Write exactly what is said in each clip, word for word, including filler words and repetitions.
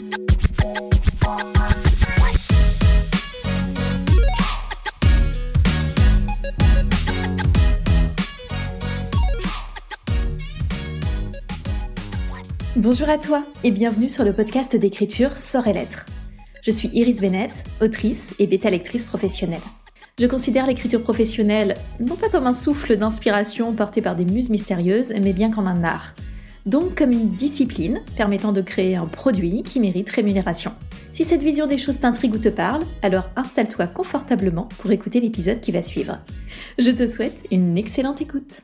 Bonjour à toi et bienvenue sur le podcast d'écriture Sort et Lettres. Je suis Iris Bennett, autrice et bêta-lectrice professionnelle. Je considère l'écriture professionnelle non pas comme un souffle d'inspiration porté par des muses mystérieuses, mais bien comme un art. Donc comme une discipline permettant de créer un produit qui mérite rémunération. Si cette vision des choses t'intrigue ou te parle, alors installe-toi confortablement pour écouter l'épisode qui va suivre. Je te souhaite une excellente écoute.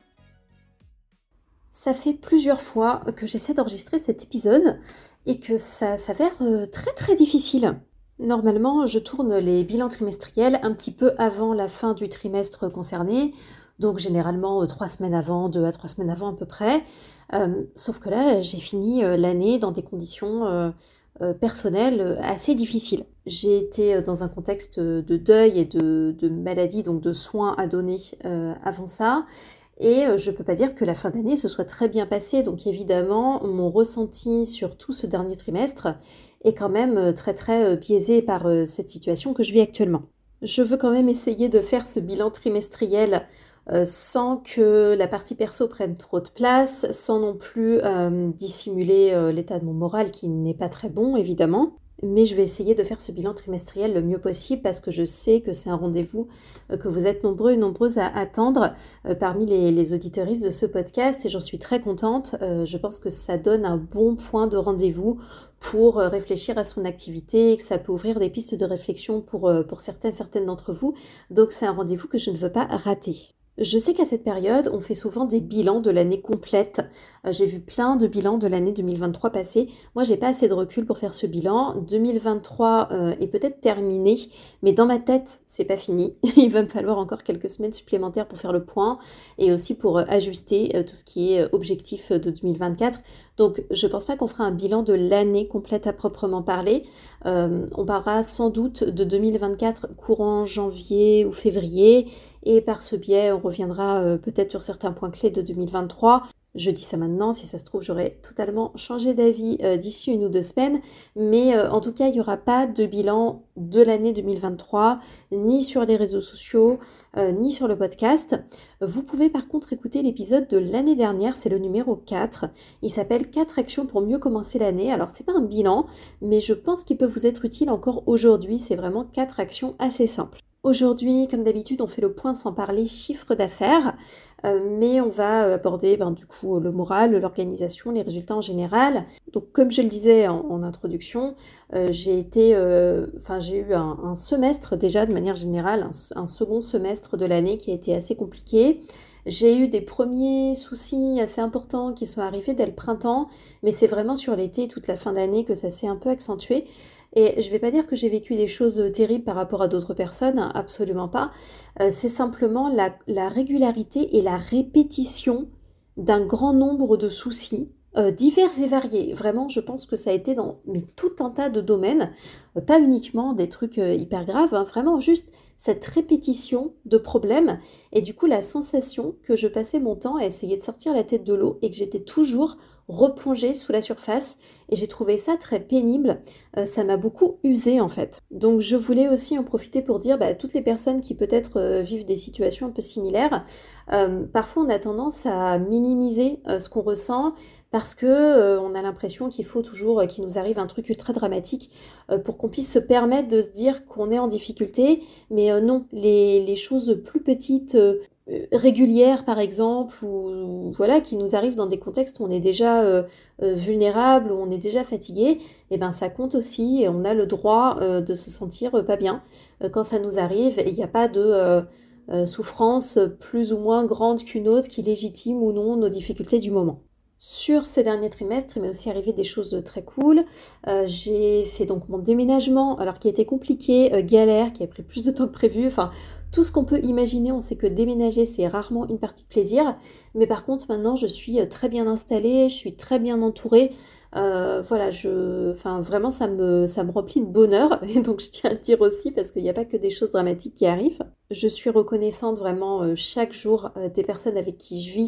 Ça fait plusieurs fois que j'essaie d'enregistrer cet épisode et que ça s'avère très très difficile. Normalement, je tourne les bilans trimestriels un petit peu avant la fin du trimestre concerné, donc généralement trois semaines avant, deux à trois semaines avant à peu près. Euh, sauf que là, j'ai fini l'année dans des conditions euh, euh, personnelles assez difficiles. J'ai été dans un contexte de deuil et de, de maladie, donc de soins à donner euh, avant ça. Et je ne peux pas dire que la fin d'année se soit très bien passée. Donc évidemment, mon ressenti sur tout ce dernier trimestre est quand même très très biaisé par cette situation que je vis actuellement. Je veux quand même essayer de faire ce bilan trimestriel sans que la partie perso prenne trop de place, sans non plus euh, dissimuler l'état de mon moral qui n'est pas très bon évidemment. Mais je vais essayer de faire ce bilan trimestriel le mieux possible parce que je sais que c'est un rendez-vous que vous êtes nombreux et nombreuses à attendre euh, parmi les, les auditeuristes de ce podcast et j'en suis très contente. Euh, je pense que ça donne un bon point de rendez-vous pour réfléchir à son activité et que ça peut ouvrir des pistes de réflexion pour, pour certaines, certaines d'entre vous. Donc c'est un rendez-vous que je ne veux pas rater. Je sais qu'à cette période, on fait souvent des bilans de l'année complète. Euh, j'ai vu plein de bilans de l'année deux mille vingt-trois passer. Moi, j'ai pas assez de recul pour faire ce bilan. deux mille vingt-trois euh, est peut-être terminé, mais dans ma tête, c'est pas fini. Il va me falloir encore quelques semaines supplémentaires pour faire le point et aussi pour euh, ajuster euh, tout ce qui est objectif de deux mille vingt-quatre. Donc, je pense pas qu'on fera un bilan de l'année complète à proprement parler. Euh, on parlera sans doute de deux mille vingt-quatre courant janvier ou février. Et par ce biais, on reviendra euh, peut-être sur certains points clés de deux mille vingt-trois. Je dis ça maintenant, si ça se trouve, j'aurai totalement changé d'avis euh, d'ici une ou deux semaines. Mais euh, en tout cas, il n'y aura pas de bilan de l'année deux mille vingt-trois, ni sur les réseaux sociaux, euh, ni sur le podcast. Vous pouvez par contre écouter l'épisode de l'année dernière, c'est le numéro quatre. Il s'appelle quatre actions pour mieux commencer l'année. Alors, c'est pas un bilan, mais je pense qu'il peut vous être utile encore aujourd'hui. C'est vraiment quatre actions assez simples. Aujourd'hui, comme d'habitude, on fait le point sans parler chiffre d'affaires, euh, mais on va aborder ben, du coup le moral, l'organisation, les résultats en général. Donc comme je le disais en, en introduction, euh, j'ai été, euh, enfin j'ai eu un, un semestre déjà de manière générale, un, un second semestre de l'année qui a été assez compliqué. J'ai eu des premiers soucis assez importants qui sont arrivés dès le printemps, mais c'est vraiment sur l'été et toute la fin d'année que ça s'est un peu accentué. Et je ne vais pas dire que j'ai vécu des choses terribles par rapport à d'autres personnes, hein, absolument pas. Euh, c'est simplement la, la régularité et la répétition d'un grand nombre de soucis, euh, divers et variés. Vraiment, je pense que ça a été dans mais, tout un tas de domaines, euh, pas uniquement des trucs euh, hyper graves, hein, vraiment juste cette répétition de problèmes et du coup la sensation que je passais mon temps à essayer de sortir la tête de l'eau et que j'étais toujours replongée sous la surface et j'ai trouvé ça très pénible, euh, ça m'a beaucoup usée en fait. Donc je voulais aussi en profiter pour dire bah, à toutes les personnes qui peut-être euh, vivent des situations un peu similaires, euh, parfois on a tendance à minimiser euh, ce qu'on ressent parce que euh, on a l'impression qu'il faut toujours euh, qu'il nous arrive un truc ultra dramatique euh, pour qu'on puisse se permettre de se dire qu'on est en difficulté, mais euh, non, les, les choses plus petites, euh, régulières par exemple, ou, ou voilà, qui nous arrivent dans des contextes où on est déjà euh, euh, vulnérable, où on est déjà fatigué, et ben ça compte aussi et on a le droit euh, de se sentir euh, pas bien euh, quand ça nous arrive. Et il n'y a pas de euh, euh, souffrance plus ou moins grande qu'une autre qui légitime ou non nos difficultés du moment. Sur ce dernier trimestre, il m'est aussi arrivé des choses très cool. Euh, j'ai fait donc mon déménagement, alors qui a été compliqué, euh, galère, qui a pris plus de temps que prévu. Enfin, tout ce qu'on peut imaginer, on sait que déménager, c'est rarement une partie de plaisir. Mais par contre, maintenant, je suis très bien installée, je suis très bien entourée. Euh, voilà, je, enfin, vraiment, ça me, ça me remplit de bonheur. Et donc, je tiens à le dire aussi, parce qu'il n'y a pas que des choses dramatiques qui arrivent. Je suis reconnaissante vraiment euh, chaque jour euh, des personnes avec qui je vis.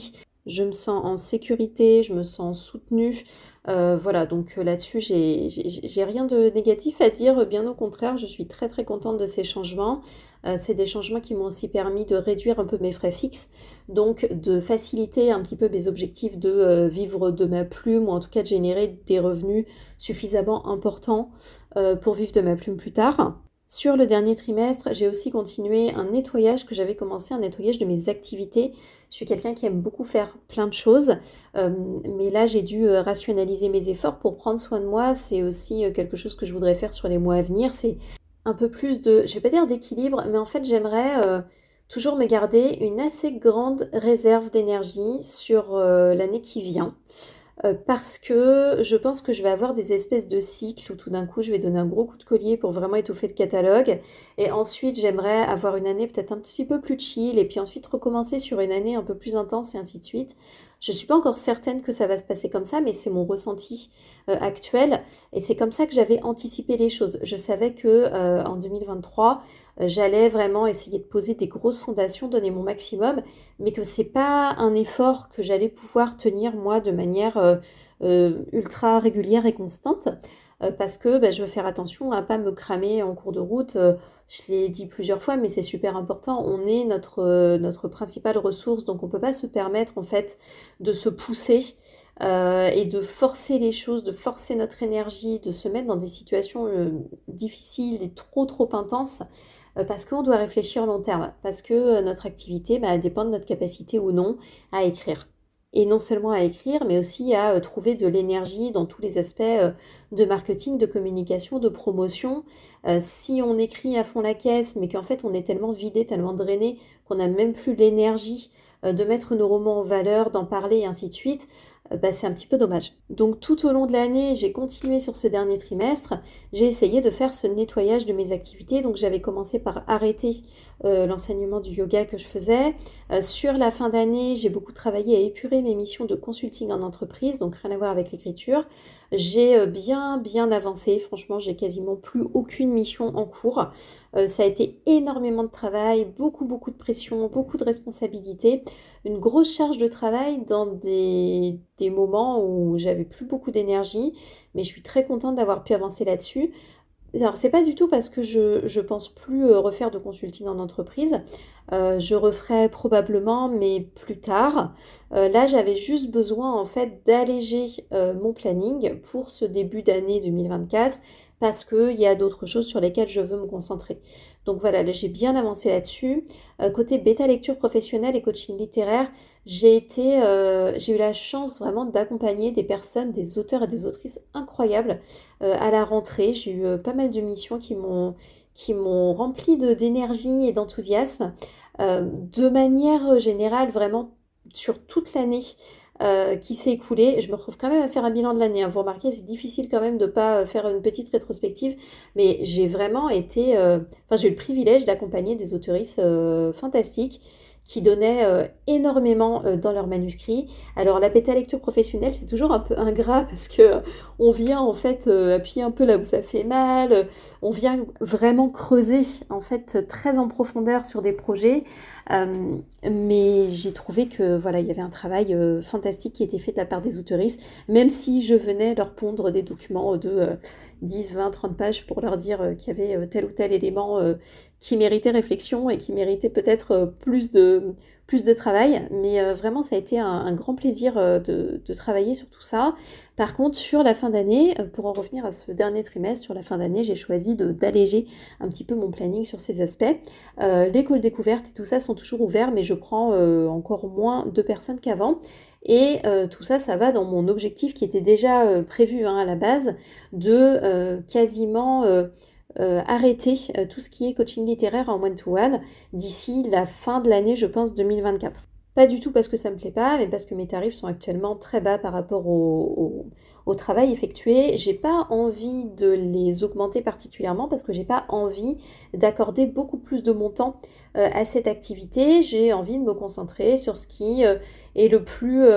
je me sens en sécurité, je me sens soutenue. Euh, voilà, donc euh, là-dessus, j'ai, j'ai, j'ai rien de négatif à dire, bien au contraire, je suis très très contente de ces changements. Euh, c'est des changements qui m'ont aussi permis de réduire un peu mes frais fixes, donc de faciliter un petit peu mes objectifs de euh, vivre de ma plume, ou en tout cas de générer des revenus suffisamment importants euh, pour vivre de ma plume plus tard. Sur le dernier trimestre, j'ai aussi continué un nettoyage que j'avais commencé, un nettoyage de mes activités. Je suis quelqu'un qui aime beaucoup faire plein de choses, euh, mais là j'ai dû euh, rationaliser mes efforts pour prendre soin de moi. C'est aussi euh, quelque chose que je voudrais faire sur les mois à venir. C'est un peu plus de, je vais pas dire d'équilibre, mais en fait j'aimerais euh, toujours me garder une assez grande réserve d'énergie sur euh, l'année qui vient. Euh, parce que je pense que je vais avoir des espèces de cycles où tout d'un coup je vais donner un gros coup de collier pour vraiment étoffer le catalogue et ensuite j'aimerais avoir une année peut-être un petit peu plus chill et puis ensuite recommencer sur une année un peu plus intense et ainsi de suite. Je suis pas encore certaine que ça va se passer comme ça, mais c'est mon ressenti euh, actuel et c'est comme ça que j'avais anticipé les choses. Je savais que euh, en deux mille vingt-trois, euh, j'allais vraiment essayer de poser des grosses fondations, donner mon maximum, mais que c'est pas un effort que j'allais pouvoir tenir moi de manière euh, euh, ultra régulière et constante, euh, parce que bah, je veux faire attention à pas me cramer en cours de route. Euh, je l'ai dit plusieurs fois, mais c'est super important. On est notre, euh, notre principale ressource, donc on peut pas se permettre en fait de se pousser euh, et de forcer les choses, de forcer notre énergie, de se mettre dans des situations euh, difficiles et trop trop intenses euh, parce qu'on doit réfléchir long terme, parce que euh, notre activité bah, dépend de notre capacité ou non à écrire. Et non seulement à écrire, mais aussi à euh, trouver de l'énergie dans tous les aspects euh, de marketing, de communication, de promotion. Euh, si on écrit à fond la caisse, mais qu'en fait on est tellement vidé, tellement drainé, qu'on n'a même plus l'énergie euh, de mettre nos romans en valeur, d'en parler et ainsi de suite, euh, bah, c'est un petit peu dommage. Donc tout au long de l'année, j'ai continué sur ce dernier trimestre, j'ai essayé de faire ce nettoyage de mes activités. Donc j'avais commencé par arrêter euh, l'enseignement du yoga que je faisais. Euh, sur la fin d'année, j'ai beaucoup travaillé à épurer mes missions de consulting en entreprise, donc rien à voir avec l'écriture. J'ai euh, bien bien avancé, franchement, j'ai quasiment plus aucune mission en cours. Euh, ça a été énormément de travail, beaucoup beaucoup de pression, beaucoup de responsabilités, une grosse charge de travail dans des, des moments où j'avais plus beaucoup d'énergie, mais je suis très contente d'avoir pu avancer là-dessus. Alors, c'est pas du tout parce que je, je pense plus euh, refaire de consulting en entreprise. Euh, je referai probablement, mais plus tard. Euh, là, j'avais juste besoin en fait d'alléger euh, mon planning pour ce début d'année deux mille vingt-quatre parce qu'il y a d'autres choses sur lesquelles je veux me concentrer. Donc voilà, là j'ai bien avancé là-dessus. Euh, côté bêta lecture professionnelle et coaching littéraire, j'ai été, euh, j'ai eu la chance vraiment d'accompagner des personnes, des auteurs et des autrices incroyables euh, à la rentrée. J'ai eu euh, pas mal de missions qui m'ont qui m'ont rempli de d'énergie et d'enthousiasme. Euh, de manière générale, vraiment sur toute l'année euh, qui s'est écoulée. Je me retrouve quand même à faire un bilan de l'année, hein. Vous remarquez, c'est difficile quand même de ne pas faire une petite rétrospective, mais j'ai vraiment été... euh, Enfin, j'ai eu le privilège d'accompagner des autoristes euh, fantastiques qui donnaient euh, énormément euh, dans leurs manuscrits. Alors la bêta lecture professionnelle, c'est toujours un peu ingrat parce que euh, on vient en fait euh, appuyer un peu là où ça fait mal, euh, on vient vraiment creuser en fait très en profondeur sur des projets. Euh, mais j'ai trouvé que voilà, il y avait un travail euh, fantastique qui était fait de la part des autoristes, même si je venais leur pondre des documents de euh, dix, vingt, trente pages pour leur dire euh, qu'il y avait euh, tel ou tel élément euh, qui méritait réflexion et qui méritait peut-être euh, plus de, plus de travail. Mais euh, vraiment, ça a été un, un grand plaisir euh, de, de travailler sur tout ça. Par contre, sur la fin d'année, euh, pour en revenir à ce dernier trimestre, sur la fin d'année, j'ai choisi de, d'alléger un petit peu mon planning sur ces aspects. Euh, les calls découvertes et tout ça sont toujours ouverts, mais je prends euh, encore moins de personnes qu'avant. Et euh, tout ça, ça va dans mon objectif qui était déjà euh, prévu hein, à la base, de euh, quasiment... Euh, euh, arrêter euh, tout ce qui est coaching littéraire en one-to-one d'ici la fin de l'année, je pense, deux mille vingt-quatre. Pas du tout parce que ça me plaît pas, mais parce que mes tarifs sont actuellement très bas par rapport au, au, au travail effectué. J'ai pas envie de les augmenter particulièrement parce que j'ai pas envie d'accorder beaucoup plus de mon temps euh, à cette activité. J'ai envie de me concentrer sur ce qui euh, est le plus, euh,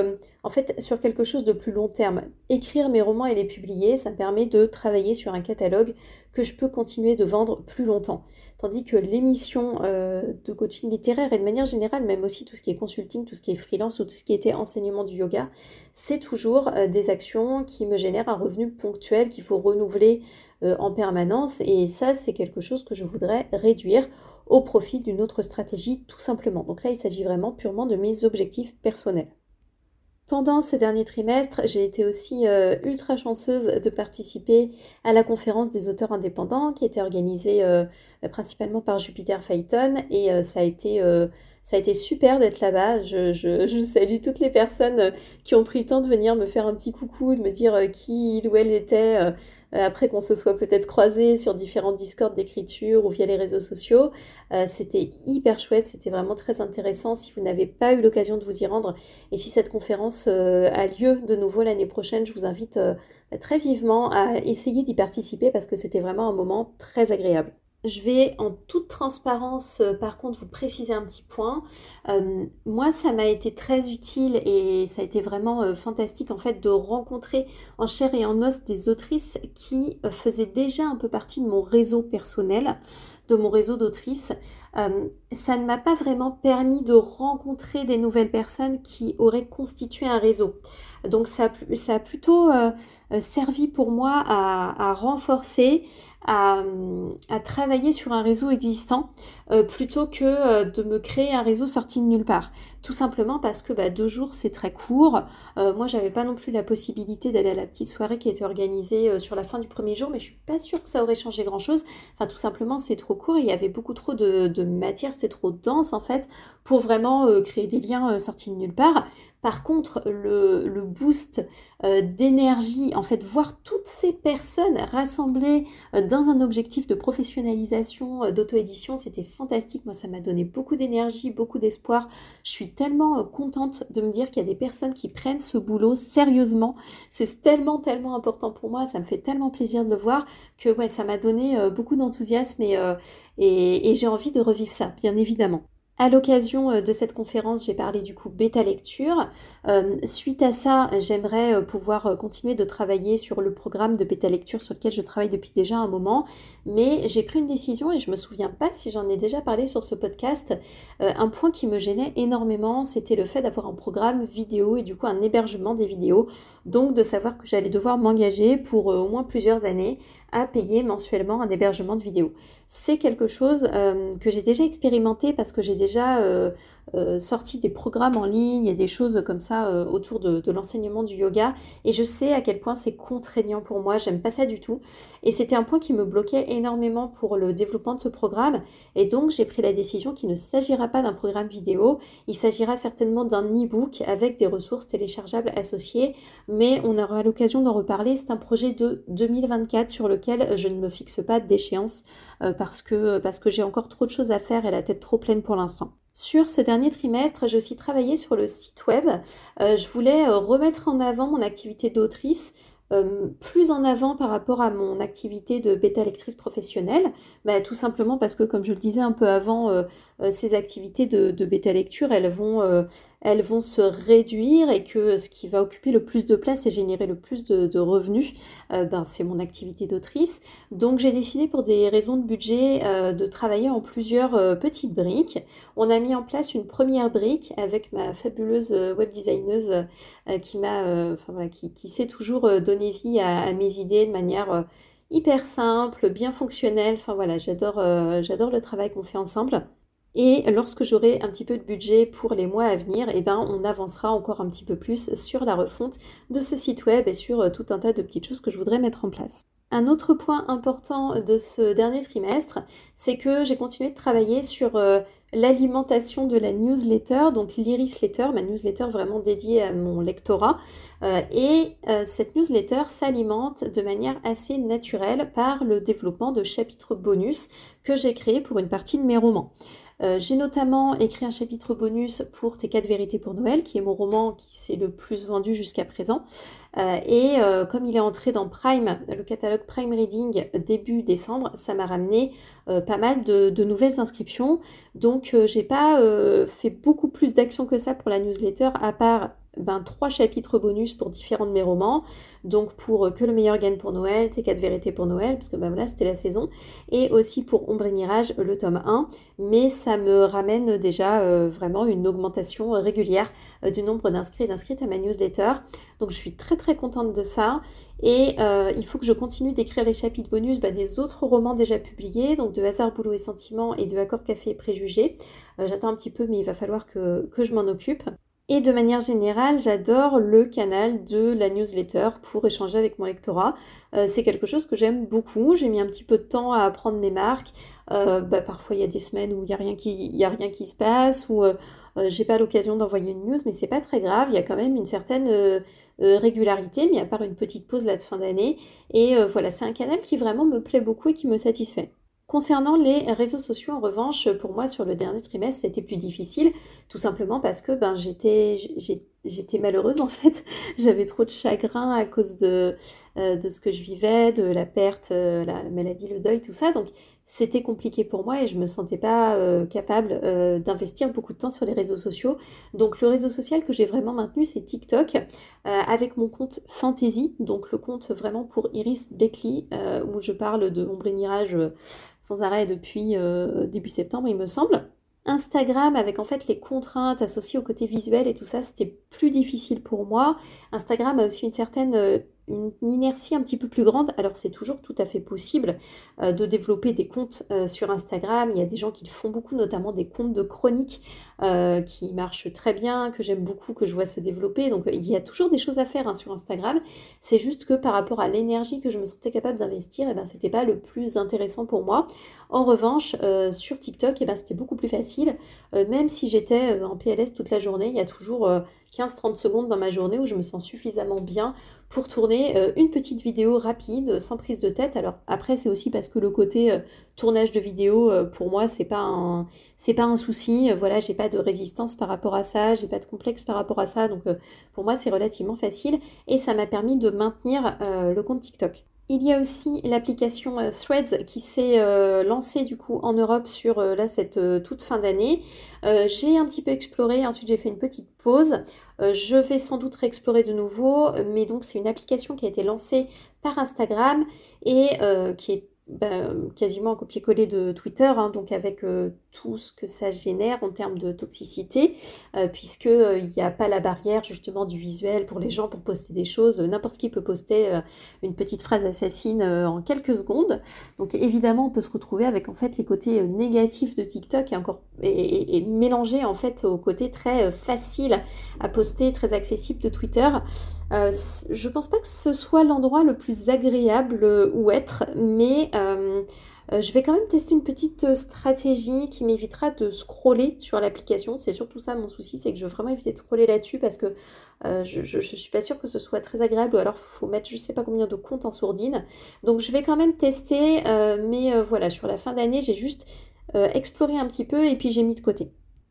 en fait, sur quelque chose de plus long terme. Écrire mes romans et les publier, ça me permet de travailler sur un catalogue que je peux continuer de vendre plus longtemps. Tandis que l'émission euh, de coaching littéraire et de manière générale, même aussi tout ce qui est consulting, tout ce qui est freelance ou tout ce qui était enseignement du yoga, c'est toujours euh, des actions qui me génèrent un revenu ponctuel qu'il faut renouveler euh, en permanence. Et ça, c'est quelque chose que je voudrais réduire au profit d'une autre stratégie, tout simplement. Donc là, il s'agit vraiment purement de mes objectifs personnels. Pendant ce dernier trimestre, j'ai été aussi euh, ultra chanceuse de participer à la conférence des auteurs indépendants qui était organisée euh, principalement par Jupiter Phaeton et euh, ça a été, euh, ça a été super d'être là-bas. Je, je, je salue toutes les personnes qui ont pris le temps de venir me faire un petit coucou, de me dire euh, qui il ou elle était euh, après qu'on se soit peut-être croisés sur différents discords d'écriture ou via les réseaux sociaux. Euh, c'était hyper chouette, c'était vraiment très intéressant. Si vous n'avez pas eu l'occasion de vous y rendre et si cette conférence euh, a lieu de nouveau l'année prochaine, je vous invite euh, très vivement à essayer d'y participer parce que c'était vraiment un moment très agréable. Je vais en toute transparence, euh, par contre, vous préciser un petit point. Euh, moi, ça m'a été très utile et ça a été vraiment euh, fantastique en fait de rencontrer en chair et en os des autrices qui euh, faisaient déjà un peu partie de mon réseau personnel, de mon réseau d'autrices. Euh, ça ne m'a pas vraiment permis de rencontrer des nouvelles personnes qui auraient constitué un réseau. Donc ça a, ça a plutôt euh, servi pour moi à, à renforcer, à, à travailler sur un réseau existant euh, plutôt que euh, de me créer un réseau sorti de nulle part. Tout simplement parce que bah, deux jours c'est très court. Euh, moi j'avais pas non plus la possibilité d'aller à la petite soirée qui était organisée euh, sur la fin du premier jour, mais je suis pas sûre que ça aurait changé grand chose. Enfin tout simplement c'est trop court et il y avait beaucoup trop de, de matière, c'était trop dense en fait pour vraiment euh, créer des liens euh, sortis de nulle part. Par contre, le, le boost euh, d'énergie, en fait, voir toutes ces personnes rassemblées euh, dans un objectif de professionnalisation, euh, d'auto-édition, c'était fantastique. Moi, ça m'a donné beaucoup d'énergie, beaucoup d'espoir. Je suis tellement euh, contente de me dire qu'il y a des personnes qui prennent ce boulot sérieusement. C'est tellement, tellement important pour moi. Ça me fait tellement plaisir de le voir que ouais, ça m'a donné euh, beaucoup d'enthousiasme et, euh, et, et j'ai envie de revivre ça, bien évidemment. À l'occasion de cette conférence, j'ai parlé du coup bêta lecture. Euh, suite à ça, j'aimerais pouvoir continuer de travailler sur le programme de bêta lecture sur lequel je travaille depuis déjà un moment. Mais j'ai pris une décision et je me souviens pas si j'en ai déjà parlé sur ce podcast. Euh, un point qui me gênait énormément, c'était le fait d'avoir un programme vidéo et du coup un hébergement des vidéos. Donc de savoir que j'allais devoir m'engager pour euh, au moins plusieurs années à payer mensuellement un hébergement de vidéos. C'est quelque chose euh, que j'ai déjà expérimenté parce que j'ai déjà euh, euh, sorti des programmes en ligne et des choses comme ça euh, autour de, de l'enseignement du yoga et je sais à quel point c'est contraignant pour moi, j'aime pas ça du tout et c'était un point qui me bloquait énormément pour le développement de ce programme et donc j'ai pris la décision qu'il ne s'agira pas d'un programme vidéo, il s'agira certainement d'un e-book avec des ressources téléchargeables associées, mais on aura l'occasion d'en reparler. C'est un projet de deux mille vingt-quatre sur lequel je ne me fixe pas d'échéance euh, parce que, parce que j'ai encore trop de choses à faire et la tête trop pleine pour l'instant. Sur ce dernier trimestre, j'ai aussi travaillé sur le site web. Euh, je voulais euh, remettre en avant mon activité d'autrice, euh, plus en avant par rapport à mon activité de bêta-lectrice professionnelle, bah, tout simplement parce que, comme je le disais un peu avant, euh, euh, ces activités de, de bêta-lecture, elles vont, euh, elles vont se réduire et que ce qui va occuper le plus de place et générer le plus de, de revenus, euh, ben, c'est mon activité d'autrice. Donc j'ai décidé pour des raisons de budget euh, de travailler en plusieurs euh, petites briques. On a mis en place une première brique avec ma fabuleuse web designeuse euh, qui m'a, euh, enfin voilà, qui, qui sait toujours euh, donner vie à, à mes idées de manière euh, hyper simple, bien fonctionnelle. Enfin voilà, j'adore, euh, j'adore le travail qu'on fait ensemble. Et lorsque j'aurai un petit peu de budget pour les mois à venir, eh ben, on avancera encore un petit peu plus sur la refonte de ce site web et sur tout un tas de petites choses que je voudrais mettre en place. Un autre point important de ce dernier trimestre, c'est que j'ai continué de travailler sur euh, l'alimentation de la newsletter, donc l'Irisletter, ma newsletter vraiment dédiée à mon lectorat. Euh, et euh, cette newsletter s'alimente de manière assez naturelle par le développement de chapitres bonus que j'ai créés pour une partie de mes romans. Euh, j'ai notamment écrit un chapitre bonus pour Tes quatre vérités pour Noël, qui est mon roman qui s'est le plus vendu jusqu'à présent. Euh, et euh, comme il est entré dans Prime, le catalogue Prime Reading début décembre, ça m'a ramené euh, pas mal de, de nouvelles inscriptions. Donc euh, j'ai pas euh, fait beaucoup plus d'actions que ça pour la newsletter, à part ben, trois chapitres bonus pour différents de mes romans. Donc pour euh, Que le meilleur gagne pour Noël, Tes quatre vérités pour Noël, parce que ben voilà, c'était la saison. Et aussi pour Ombre et Mirage, le tome un. Mais ça me ramène déjà euh, vraiment une augmentation euh, régulière euh, du nombre d'inscrits et d'inscrites à ma newsletter. Donc je suis très très contente de ça. Et euh, il faut que je continue d'écrire les chapitres bonus bah, des autres romans déjà publiés, donc de Hasard, Boulot et Sentiments et de Accord, Café et Préjugés. Euh, j'attends un petit peu, mais il va falloir que, que je m'en occupe. Et de manière générale, j'adore le canal de la newsletter pour échanger avec mon lectorat. Euh, c'est quelque chose que j'aime beaucoup. J'ai mis un petit peu de temps à apprendre mes marques. Euh, bah, parfois, il y a des semaines où il n'y a rien qui, il y a rien qui se passe, ou euh, euh, j'ai pas l'occasion d'envoyer une news, mais c'est pas très grave. Il y a quand même une certaine euh, euh, régularité, mis à part une petite pause là de fin d'année. Et euh, voilà, c'est un canal qui vraiment me plaît beaucoup et qui me satisfait. Concernant les réseaux sociaux, en revanche, pour moi, sur le dernier trimestre, c'était plus difficile, tout simplement parce que ben, j'étais, j'ai- j'étais malheureuse en fait. J'avais trop de chagrin à cause de, euh, de ce que je vivais, de la perte, euh, la maladie, le deuil, tout ça. Donc, c'était compliqué pour moi et je me sentais pas euh, capable euh, d'investir beaucoup de temps sur les réseaux sociaux. Donc, le réseau social que j'ai vraiment maintenu, c'est TikTok, euh, avec mon compte Fantasy, donc le compte vraiment pour Iris Beckley, euh, où je parle de Ombre et Mirage euh, sans arrêt depuis euh, début septembre, il me semble. Instagram, avec en fait les contraintes associées au côté visuel et tout ça, c'était plus difficile pour moi. Instagram a aussi une certaine euh, une inertie un petit peu plus grande. Alors c'est toujours tout à fait possible euh, de développer des comptes euh, sur Instagram. Il y a des gens qui le font beaucoup, notamment des comptes de chroniques euh, qui marchent très bien, que j'aime beaucoup, que je vois se développer. Donc il y a toujours des choses à faire hein, sur Instagram. C'est juste que par rapport à l'énergie que je me sentais capable d'investir, eh ben, c'était pas le plus intéressant pour moi. En revanche, euh, sur TikTok, eh ben, c'était beaucoup plus facile. Euh, même si j'étais euh, en P L S toute la journée, il y a toujours euh, quinze à trente secondes dans ma journée où je me sens suffisamment bien pour tourner euh, une petite vidéo rapide, sans prise de tête. Alors après, c'est aussi parce que le côté euh, tournage de vidéo, euh, pour moi, c'est pas un, c'est pas un souci. Euh, voilà, j'ai pas de résistance par rapport à ça, j'ai pas de complexe par rapport à ça. Donc euh, pour moi, c'est relativement facile et ça m'a permis de maintenir euh, le compte TikTok. Il y a aussi l'application euh, Threads qui s'est euh, lancée du coup en Europe sur euh, là cette euh, toute fin d'année. Euh, j'ai un petit peu exploré, ensuite j'ai fait une petite pause. Euh, je vais sans doute réexplorer de nouveau, mais donc c'est une application qui a été lancée par Instagram et euh, qui est bah, quasiment un copier-coller de Twitter, hein, donc avec euh, tout ce que ça génère en termes de toxicité, euh, puisque euh, il n'y a pas la barrière justement du visuel pour les gens pour poster des choses. N'importe qui peut poster euh, une petite phrase assassine euh, en quelques secondes. Donc évidemment, on peut se retrouver avec en fait les côtés euh, négatifs de TikTok et encore et, et, et mélangés en fait au côté très euh, facile à poster, très accessible de Twitter. Euh, je pense pas que ce soit l'endroit le plus agréable euh, où être, mais euh, euh, je vais quand même tester une petite euh, stratégie qui m'évitera de scroller sur l'application. C'est surtout ça mon souci, c'est que je veux vraiment éviter de scroller là-dessus parce que euh, je, je, je suis pas sûre que ce soit très agréable ou alors faut mettre je sais pas combien de comptes en sourdine. Donc je vais quand même tester, euh, mais euh, voilà, sur la fin d'année, j'ai juste euh, exploré un petit peu et puis j'ai mis de côté.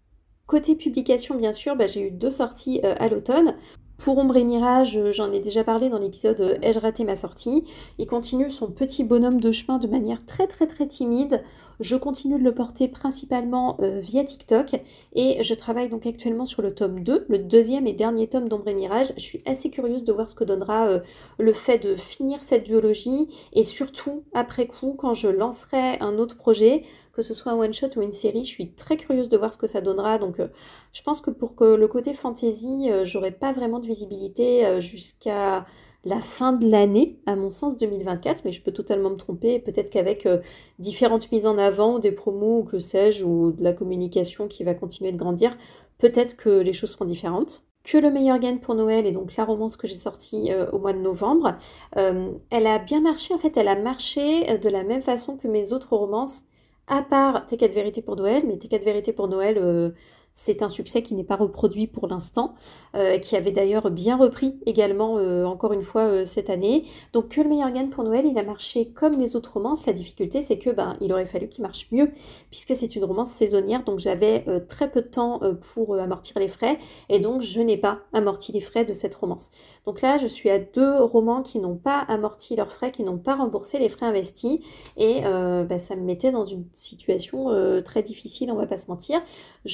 Côté publication, bien sûr, bah, j'ai eu deux sorties euh, à l'automne. Pour Ombre et Mirage, euh, j'en ai déjà parlé dans l'épisode euh, Ai-je raté ma sortie? Il continue son petit bonhomme de chemin de manière très très très timide. Je continue de le porter principalement euh, via TikTok et je travaille donc actuellement sur le tome deux, le deuxième et dernier tome d'Ombre et Mirage. Je suis assez curieuse de voir ce que donnera euh, le fait de finir cette duologie et surtout après coup quand je lancerai un autre projet, que ce soit un one-shot ou une série, je suis très curieuse de voir ce que ça donnera. Donc euh, je pense que pour que le côté fantasy, euh, j'aurai pas vraiment de visibilité euh, jusqu'à la fin de l'année, à mon sens deux mille vingt-quatre, mais je peux totalement me tromper. Peut-être qu'avec euh, différentes mises en avant, des promos ou que sais-je, ou de la communication qui va continuer de grandir, peut-être que les choses seront différentes. Que le meilleur gagne pour Noël, et donc la romance que j'ai sortie euh, au mois de novembre, euh, elle a bien marché, en fait, elle a marché euh, de la même façon que mes autres romances, à part Tes quatre vérités pour Noël, mais Tes quatre vérités pour Noël, euh, c'est un succès qui n'est pas reproduit pour l'instant, euh, qui avait d'ailleurs bien repris également, euh, encore une fois, euh, cette année. Donc Que le meilleur gagne pour Noël, il a marché comme les autres romances. La difficulté, c'est que ben, il aurait fallu qu'il marche mieux, puisque c'est une romance saisonnière, donc j'avais euh, très peu de temps euh, pour euh, amortir les frais, et donc je n'ai pas amorti les frais de cette romance. Donc là, je suis à deux romans qui n'ont pas amorti leurs frais, qui n'ont pas remboursé les frais investis, et euh, bah, ça me mettait dans une situation euh, très difficile, on va pas se mentir. Je pense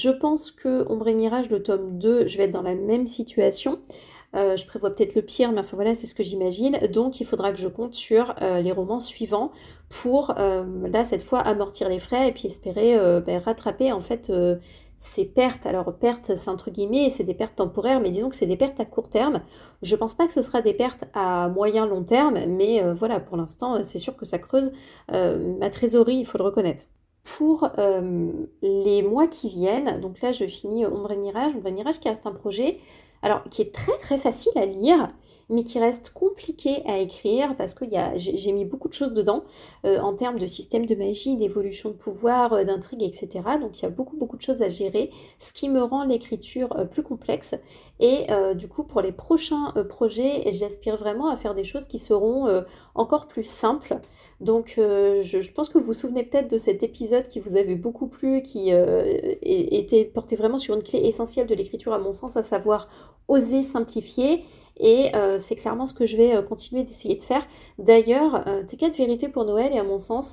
pense que Ombre et Mirage, le tome deux, je vais être dans la même situation. Euh, je prévois peut-être le pire, mais enfin voilà, c'est ce que j'imagine. Donc il faudra que je compte sur euh, les romans suivants pour, euh, là, cette fois, amortir les frais et puis espérer euh, ben, rattraper en fait euh, ces pertes. Alors pertes, c'est entre guillemets, c'est des pertes temporaires, mais disons que c'est des pertes à court terme. Je pense pas que ce sera des pertes à moyen long terme, mais euh, voilà, pour l'instant, c'est sûr que ça creuse euh, ma trésorerie, il faut le reconnaître. Pour euh, les mois qui viennent, donc là je finis Ombre et Mirage, Ombre et Mirage qui reste un projet, alors qui est très très facile à lire, mais qui reste compliqué à écrire parce que y a, j'ai, j'ai mis beaucoup de choses dedans euh, en termes de système de magie, d'évolution de pouvoir, euh, d'intrigue, et cetera. Donc il y a beaucoup beaucoup de choses à gérer, ce qui me rend l'écriture euh, plus complexe. Et euh, du coup pour les prochains euh, projets, j'aspire vraiment à faire des choses qui seront euh, encore plus simples. Donc euh, je, je pense que vous vous souvenez peut-être de cet épisode qui vous avait beaucoup plu, qui euh, était porté vraiment sur une clé essentielle de l'écriture à mon sens, à savoir oser simplifier. Et euh, c'est clairement ce que je vais euh, continuer d'essayer de faire. D'ailleurs, euh, T quatre vérités pour Noël est à mon sens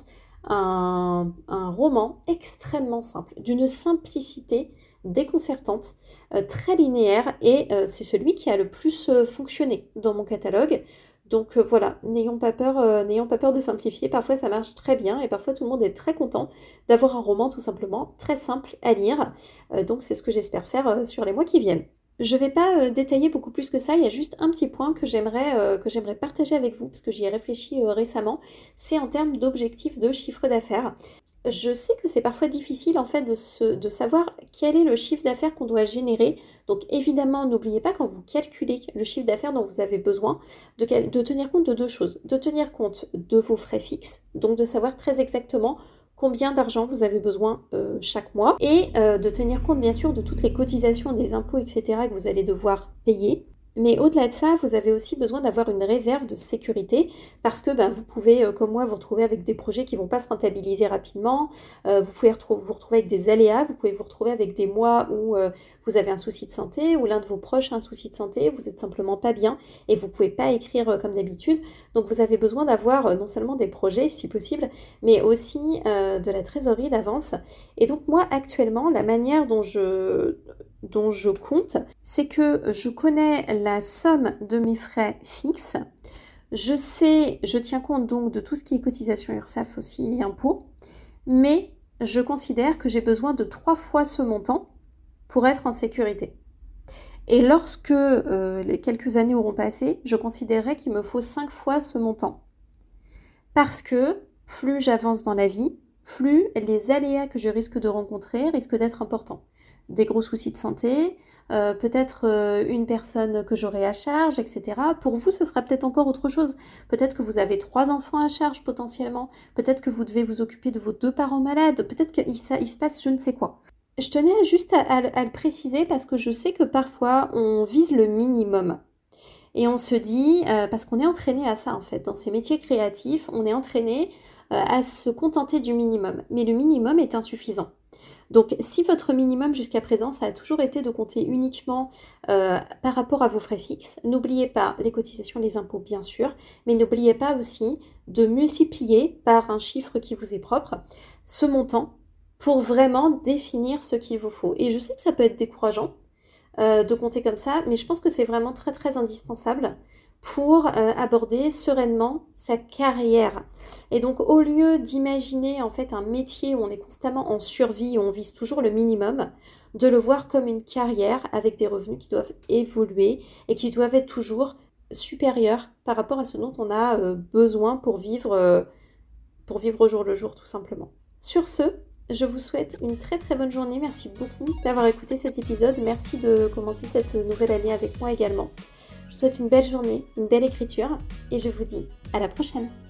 un, un roman extrêmement simple, d'une simplicité déconcertante, euh, très linéaire, et euh, c'est celui qui a le plus euh, fonctionné dans mon catalogue. Donc euh, voilà, n'ayons pas peur, euh, n'ayons pas peur de simplifier. Parfois ça marche très bien et parfois tout le monde est très content d'avoir un roman tout simplement très simple à lire. Euh, donc c'est ce que j'espère faire euh, sur les mois qui viennent. Je ne vais pas euh, détailler beaucoup plus que ça, il y a juste un petit point que j'aimerais euh, que j'aimerais partager avec vous, parce que j'y ai réfléchi euh, récemment, c'est en termes d'objectifs de chiffre d'affaires. Je sais que c'est parfois difficile en fait de, se, de savoir quel est le chiffre d'affaires qu'on doit générer. Donc évidemment, n'oubliez pas quand vous calculez le chiffre d'affaires dont vous avez besoin, de, de tenir compte de deux choses. De tenir compte de vos frais fixes, donc de savoir très exactement combien d'argent vous avez besoin euh, chaque mois, et euh, de tenir compte bien sûr de toutes les cotisations, des impôts, et cetera que vous allez devoir payer. Mais au-delà de ça, vous avez aussi besoin d'avoir une réserve de sécurité parce que ben, vous pouvez, euh, comme moi, vous retrouver avec des projets qui ne vont pas se rentabiliser rapidement. Euh, vous pouvez retrou- vous retrouver avec des aléas, vous pouvez vous retrouver avec des mois où euh, vous avez un souci de santé, ou l'un de vos proches a un souci de santé, vous n'êtes simplement pas bien et vous ne pouvez pas écrire euh, comme d'habitude. Donc vous avez besoin d'avoir euh, non seulement des projets, si possible, mais aussi euh, de la trésorerie d'avance. Et donc moi, actuellement, la manière dont je... dont je compte, c'est que je connais la somme de mes frais fixes. Je sais, je tiens compte donc de tout ce qui est cotisation URSSAF aussi et impôts, mais je considère que j'ai besoin de trois fois ce montant pour être en sécurité. Et lorsque euh, les quelques années auront passé, je considérerai qu'il me faut cinq fois ce montant. Parce que plus j'avance dans la vie, plus les aléas que je risque de rencontrer risquent d'être importants. Des gros soucis de santé, euh, peut-être euh, une personne que j'aurai à charge, et cetera. Pour vous, ce sera peut-être encore autre chose. Peut-être que vous avez trois enfants à charge potentiellement. Peut-être que vous devez vous occuper de vos deux parents malades. Peut-être qu'il il se passe je ne sais quoi. Je tenais juste à, à, à le préciser parce que je sais que parfois on vise le minimum. Et on se dit, euh, parce qu'on est entraîné à ça en fait, dans ces métiers créatifs, on est entraîné euh, à se contenter du minimum. Mais le minimum est insuffisant. Donc si votre minimum jusqu'à présent, ça a toujours été de compter uniquement euh, par rapport à vos frais fixes, n'oubliez pas les cotisations, les impôts bien sûr, mais n'oubliez pas aussi de multiplier par un chiffre qui vous est propre ce montant pour vraiment définir ce qu'il vous faut. Et je sais que ça peut être décourageant, Euh, de compter comme ça, mais je pense que c'est vraiment très très indispensable pour euh, aborder sereinement sa carrière. Et donc au lieu d'imaginer en fait un métier où on est constamment en survie, où on vise toujours le minimum, de le voir comme une carrière avec des revenus qui doivent évoluer et qui doivent être toujours supérieurs par rapport à ce dont on a euh, besoin pour vivre, euh, pour vivre au jour le jour tout simplement. Sur ce, je vous souhaite une très très bonne journée. Merci beaucoup d'avoir écouté cet épisode. Merci de commencer cette nouvelle année avec moi également. Je vous souhaite une belle journée, une belle écriture et je vous dis à la prochaine.